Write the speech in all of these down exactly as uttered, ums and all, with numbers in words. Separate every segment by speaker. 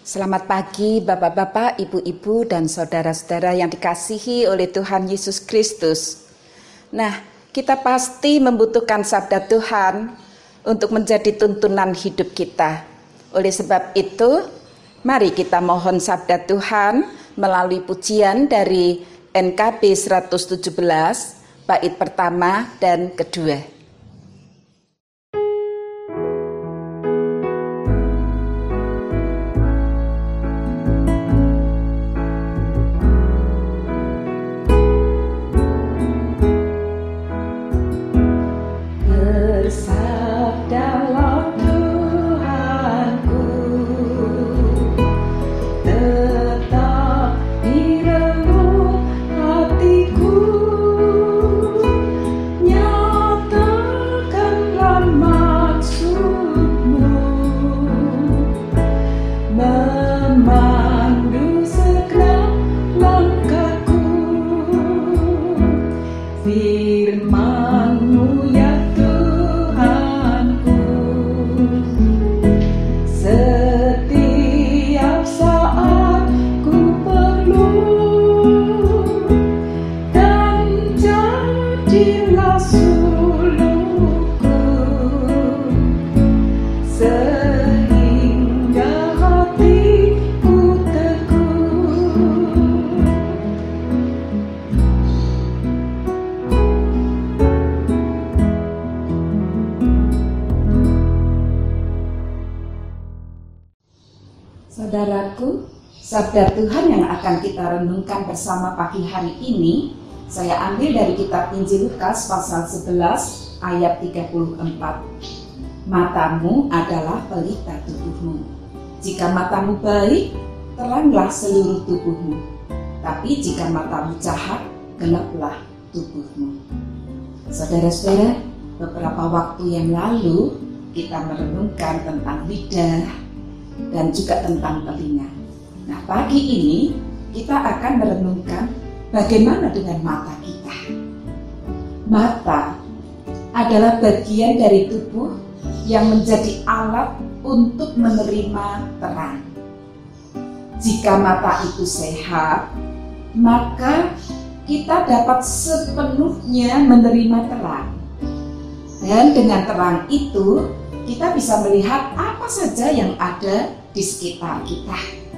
Speaker 1: Selamat pagi Bapak-bapak, Ibu-ibu, dan saudara-saudara yang dikasihi oleh Tuhan Yesus Kristus. Nah, kita pasti membutuhkan sabda Tuhan untuk menjadi tuntunan hidup kita. Oleh sebab itu, mari kita mohon sabda Tuhan melalui pujian dari N K B seratus tujuh belas, bait pertama dan kedua. Saudaraku, sabda Tuhan yang akan kita renungkan bersama pagi hari ini, saya ambil dari kitab Injil Lukas pasal sebelas ayat tiga puluh empat. Matamu adalah pelita tubuhmu. Jika matamu baik, teranglah seluruh tubuhmu. Tapi jika matamu jahat, gelaplah tubuhmu. Saudara-saudara, beberapa waktu yang lalu kita merenungkan tentang lidah dan juga tentang telinga. Nah, pagi ini kita akan merenungkan bagaimana dengan mata kita. Mata adalah bagian dari tubuh yang menjadi alat untuk menerima terang. Jika mata itu sehat, maka kita dapat sepenuhnya menerima terang. Dan dengan terang itu, kita bisa melihat apa saja yang ada di sekitar kita.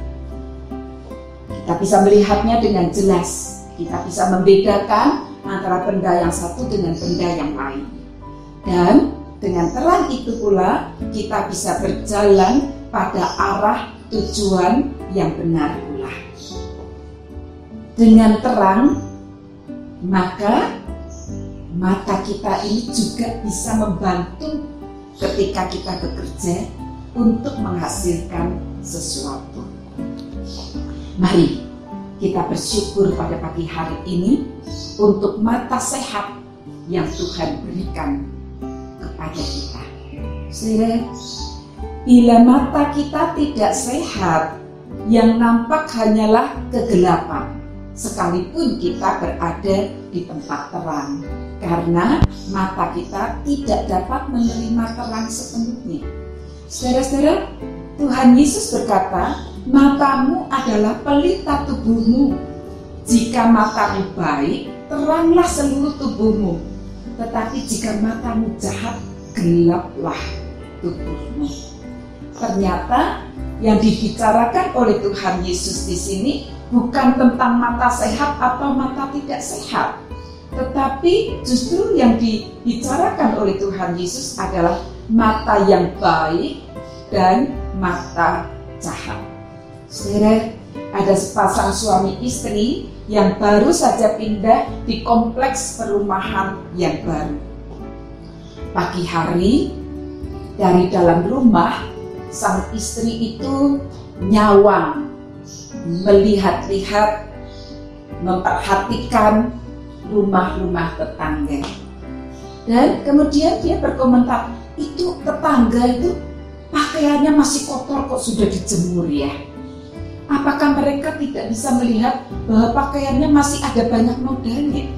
Speaker 1: Kita bisa melihatnya dengan jelas. Kita bisa membedakan antara benda yang satu dengan benda yang lain. Dan dengan terang itu pula kita bisa berjalan pada arah tujuan yang benar pula. Dengan terang, maka mata kita ini juga bisa membantu ketika kita bekerja untuk menghasilkan sesuatu. Mari kita bersyukur pada pagi hari ini untuk mata sehat yang Tuhan berikan kepada kita. Saudara, bila mata kita tidak sehat, yang nampak hanyalah kegelapan, sekalipun kita berada di tempat terang, karena mata kita tidak dapat menerima terang sepenuhnya. Saudara-saudara, Tuhan Yesus berkata, matamu adalah pelita tubuhmu. Jika matamu baik, teranglah seluruh tubuhmu. Tetapi jika matamu jahat, gelaplah tubuhmu. Ternyata yang dibicarakan oleh Tuhan Yesus di sini bukan tentang mata sehat atau mata tidak sehat, tetapi justru yang dibicarakan oleh Tuhan Yesus adalah mata yang baik dan mata jahat. Saudara, ada sepasang suami istri yang baru saja pindah di kompleks perumahan yang baru. Pagi hari, dari dalam rumah, sang istri itu nyawang, melihat-lihat, memperhatikan rumah-rumah tetangga. Dan kemudian dia berkomentar, itu tetangga itu pakaiannya masih kotor kok sudah dijemur ya. Apakah mereka tidak bisa melihat bahwa pakaiannya masih ada banyak nodanya?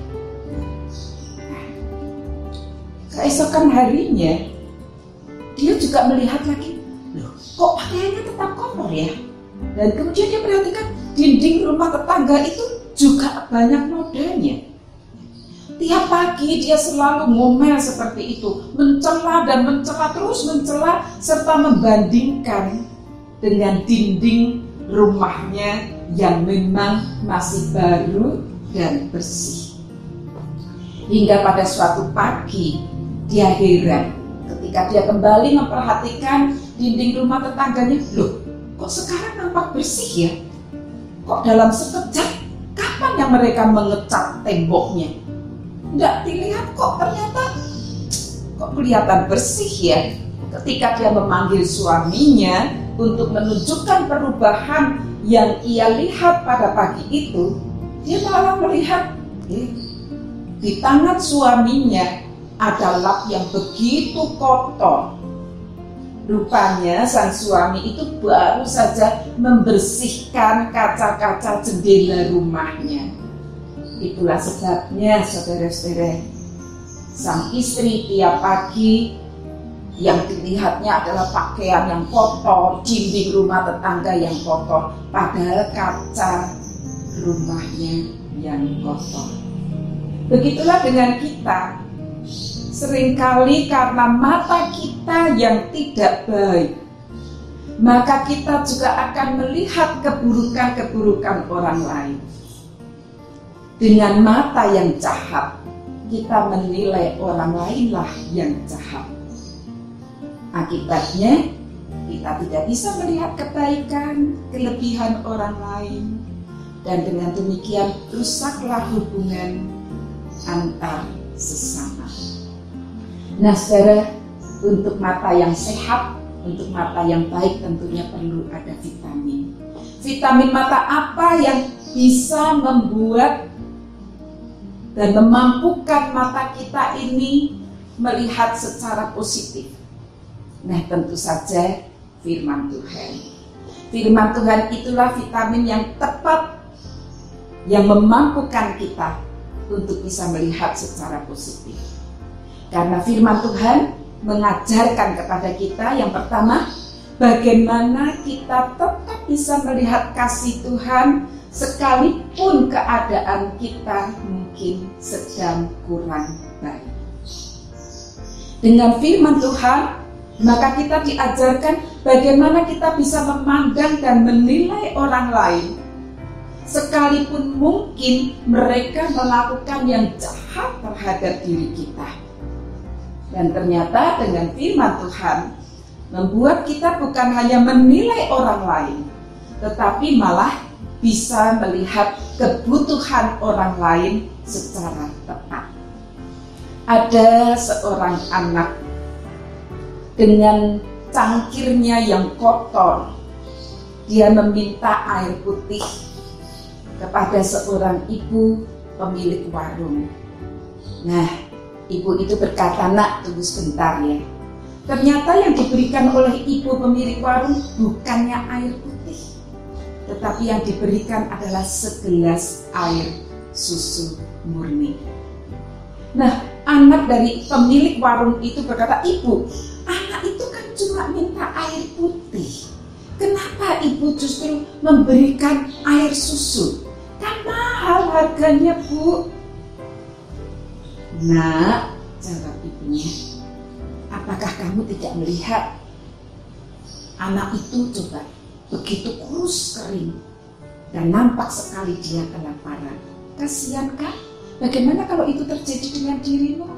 Speaker 1: Keesokan harinya, dia juga melihat lagi, loh kok pakaiannya tetap kotor ya? Dan kemudian dia perhatikan dinding rumah tetangga itu juga banyak nodanya. Tiap pagi dia selalu ngomel seperti itu, mencela dan mencela, terus mencela serta membandingkan dengan dinding rumahnya yang memang masih baru dan bersih. Hingga pada suatu pagi dia heran ketika dia kembali memperhatikan dinding rumah tetangganya. Loh, kok sekarang nampak bersih ya? Kok dalam sekejap, kapan yang mereka mengecat temboknya? Tidak dilihat kok, ternyata kok kelihatan bersih ya. Ketika dia memanggil suaminya untuk menunjukkan perubahan yang ia lihat pada pagi itu, dia malah melihat eh, di tangan suaminya ada lap yang begitu kotor. Rupanya sang suami itu baru saja membersihkan kaca-kaca jendela rumahnya. Itulah sebabnya saudara-saudara, sang istri tiap pagi yang dilihatnya adalah pakaian yang kotor, dinding rumah tetangga yang kotor, padahal kaca rumahnya yang kotor. Begitulah dengan kita. Seringkali karena mata kita yang tidak baik, maka kita juga akan melihat keburukan-keburukan orang lain. Dengan mata yang jahat, kita menilai orang lainlah yang jahat. Akibatnya, kita tidak bisa melihat kebaikan, kelebihan orang lain, dan dengan demikian rusaklah hubungan antar sesama. Nah, saudara, untuk mata yang sehat, untuk mata yang baik tentunya perlu ada vitamin. Vitamin mata apa yang bisa membuat dan memampukan mata kita ini melihat secara positif? Nah, tentu saja firman Tuhan. Firman Tuhan itulah vitamin yang tepat yang memampukan kita untuk bisa melihat secara positif. Karena firman Tuhan mengajarkan kepada kita yang pertama, bagaimana kita tetap bisa melihat kasih Tuhan sekalipun keadaan kita mungkin sedang kurang baik. Dengan firman Tuhan, maka kita diajarkan bagaimana kita bisa memandang dan menilai orang lain sekalipun mungkin mereka melakukan yang jahat terhadap diri kita. Dan ternyata dengan firman Tuhan membuat kita bukan hanya menilai orang lain, tetapi malah bisa melihat kebutuhan orang lain secara tepat. Ada seorang anak dengan cangkirnya yang kotor, dia meminta air putih kepada seorang ibu pemilik warung. Nah, ibu itu berkata, "Nak, tunggu sebentar ya." Ternyata yang diberikan oleh ibu pemilik warung bukannya air putih, tetapi yang diberikan adalah segelas air susu murni. Nah, anak dari pemilik warung itu berkata, "Ibu, anak itu kan cuma minta air putih. Kenapa ibu justru memberikan air susu? Kan mahal harganya, Bu." "Nak," jawab ibunya, "apakah kamu tidak melihat anak itu coba begitu kurus kering dan nampak sekali dia kelaparan? Kasihan kan? Bagaimana kalau itu terjadi dengan dirimu?"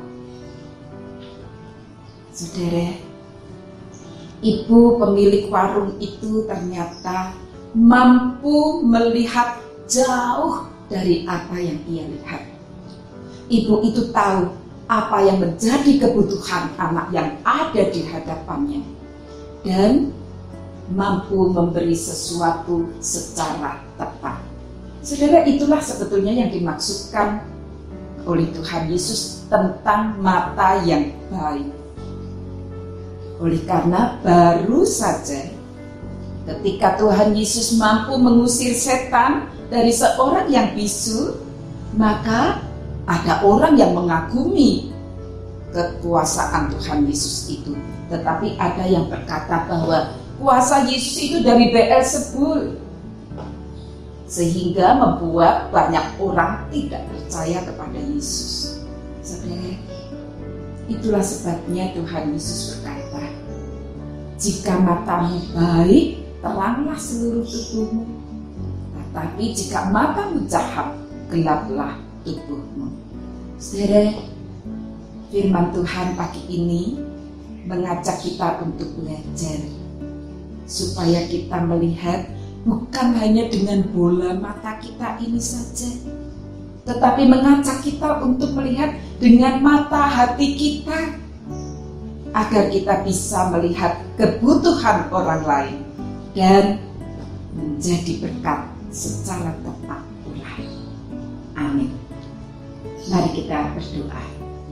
Speaker 1: Saudara, ibu pemilik warung itu ternyata mampu melihat jauh dari apa yang ia lihat. Ibu itu tahu apa yang menjadi kebutuhan anak yang ada di hadapannya dan mampu memberi sesuatu secara tepat. Saudara, itulah sebetulnya yang dimaksudkan oleh Tuhan Yesus tentang mata yang baik. Oleh karena baru saja ketika Tuhan Yesus mampu mengusir setan dari seorang yang bisu, maka ada orang yang mengagumi kekuasaan Tuhan Yesus itu. Tetapi ada yang berkata bahwa kuasa Yesus itu dari Beelzebul. sehingga membuat banyak orang tidak percaya kepada Yesus. Saudara, itulah sebabnya Tuhan Yesus berkata, jika matamu baik, teranglah seluruh tubuhmu. Tetapi jika matamu jahat, gelaplah tubuhmu. Saudara, firman Tuhan pagi ini mengajak kita untuk belajar supaya kita melihat bukan hanya dengan bola mata kita ini saja, tetapi mengajak kita untuk melihat dengan mata hati kita, agar kita bisa melihat kebutuhan orang lain dan menjadi berkat secara tepat pula. Amin. Mari kita berdoa.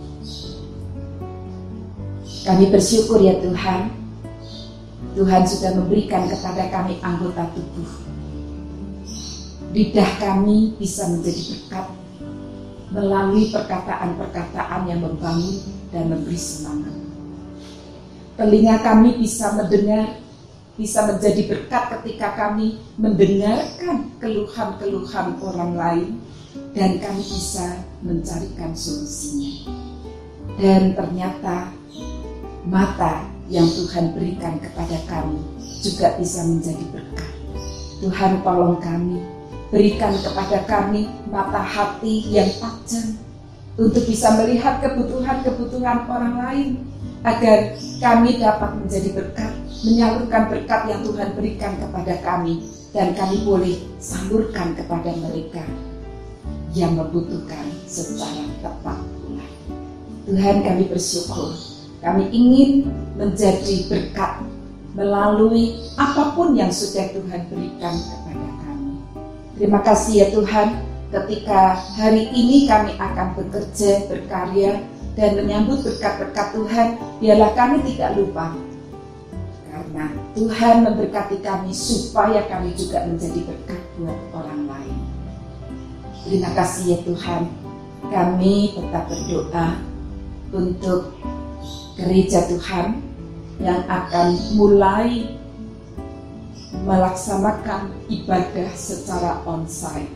Speaker 1: Kami bersyukur ya Tuhan, Tuhan sudah memberikan kepada kami anggota tubuh. Lidah kami bisa menjadi berkat melalui perkataan-perkataan yang membangun dan memberi semangat. Telinga kami bisa mendengar, bisa menjadi berkat ketika kami mendengarkan keluhan-keluhan orang lain dan kami bisa mencarikan solusinya. Dan ternyata mata yang Tuhan berikan kepada kami juga bisa menjadi berkat. Tuhan tolong kami, berikan kepada kami mata hati yang tajam untuk bisa melihat kebutuhan-kebutuhan orang lain, agar kami dapat menjadi berkat, menyalurkan berkat yang Tuhan berikan kepada kami, dan kami boleh salurkan kepada mereka yang membutuhkan secara tepat pula. Tuhan, kami bersyukur, kami ingin menjadi berkat melalui apapun yang sudah Tuhan berikan kepada kami. Terima kasih ya Tuhan, ketika hari ini kami akan bekerja, berkarya, dan menyambut berkat-berkat Tuhan, biarlah kami tidak lupa, karena Tuhan memberkati kami supaya kami juga menjadi berkat buat orang lain. Terima kasih ya Tuhan, kami tetap berdoa untuk gereja Tuhan yang akan mulai melaksanakan ibadah secara onsite.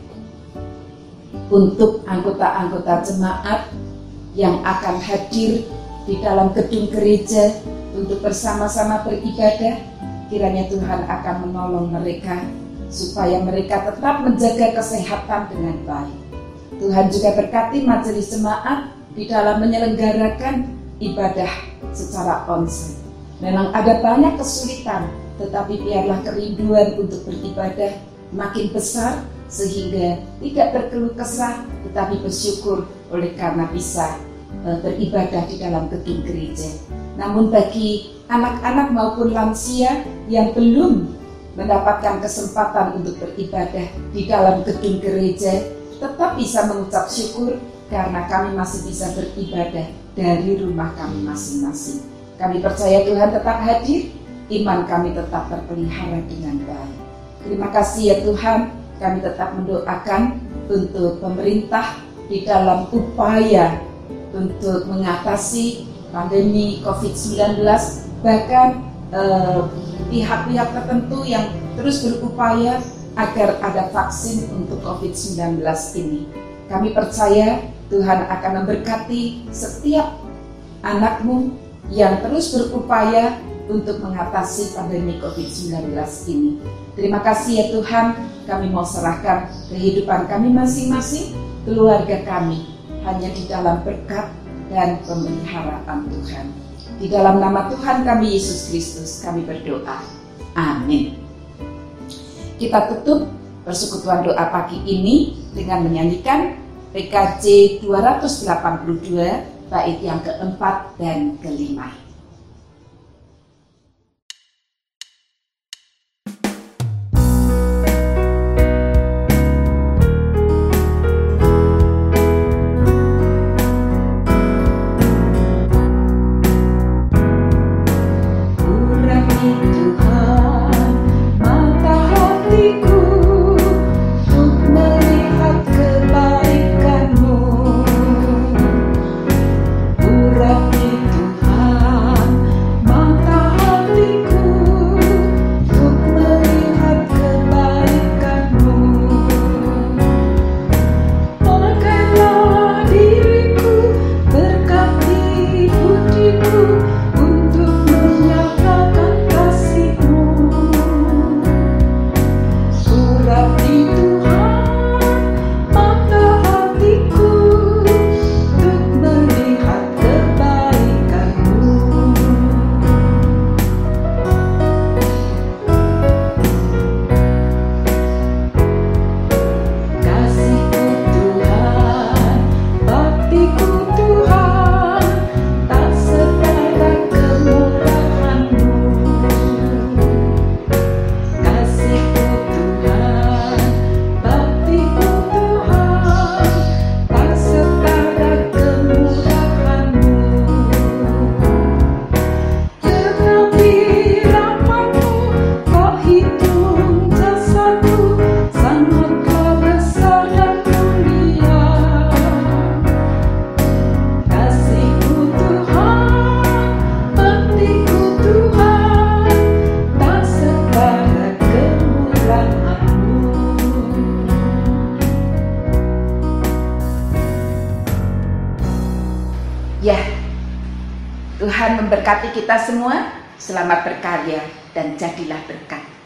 Speaker 1: Untuk anggota-anggota jemaat yang akan hadir di dalam gedung gereja untuk bersama-sama beribadah, kiranya Tuhan akan menolong mereka supaya mereka tetap menjaga kesehatan dengan baik. Tuhan juga berkati majelis jemaat di dalam menyelenggarakan ibadah secara onsite. Memang ada banyak kesulitan, tetapi biarlah kerinduan untuk beribadah makin besar, sehingga tidak berkeluh kesah, tetapi bersyukur oleh karena bisa e, beribadah di dalam gedung gereja. Namun bagi anak-anak maupun lansia yang belum mendapatkan kesempatan untuk beribadah di dalam gedung gereja, tetap bisa mengucap syukur karena kami masih bisa beribadah dari rumah kami masing-masing. Kami percaya Tuhan tetap hadir, iman kami tetap terpelihara dengan baik. Terima kasih ya Tuhan, kami tetap mendoakan untuk pemerintah di dalam upaya untuk mengatasi pandemi covid sembilan belas, bahkan eh, pihak-pihak tertentu yang terus berupaya agar ada vaksin untuk covid sembilan belas ini. Kami percaya Tuhan akan memberkati setiap anak-Mu yang terus berupaya untuk mengatasi pandemi covid sembilan belas ini. Terima kasih ya Tuhan, kami mau serahkan kehidupan kami masing-masing, keluarga kami, hanya di dalam berkat dan pemeliharaan Tuhan. Di dalam nama Tuhan kami Yesus Kristus kami berdoa. Amin. Kita tutup persekutuan doa pagi ini dengan menyanyikan P K J dua ratus delapan puluh dua bait yang keempat dan kelima.
Speaker 2: Urapi Tuhan
Speaker 1: Ya, Tuhan memberkati kita semua. Selamat berkarya dan jadilah berkat.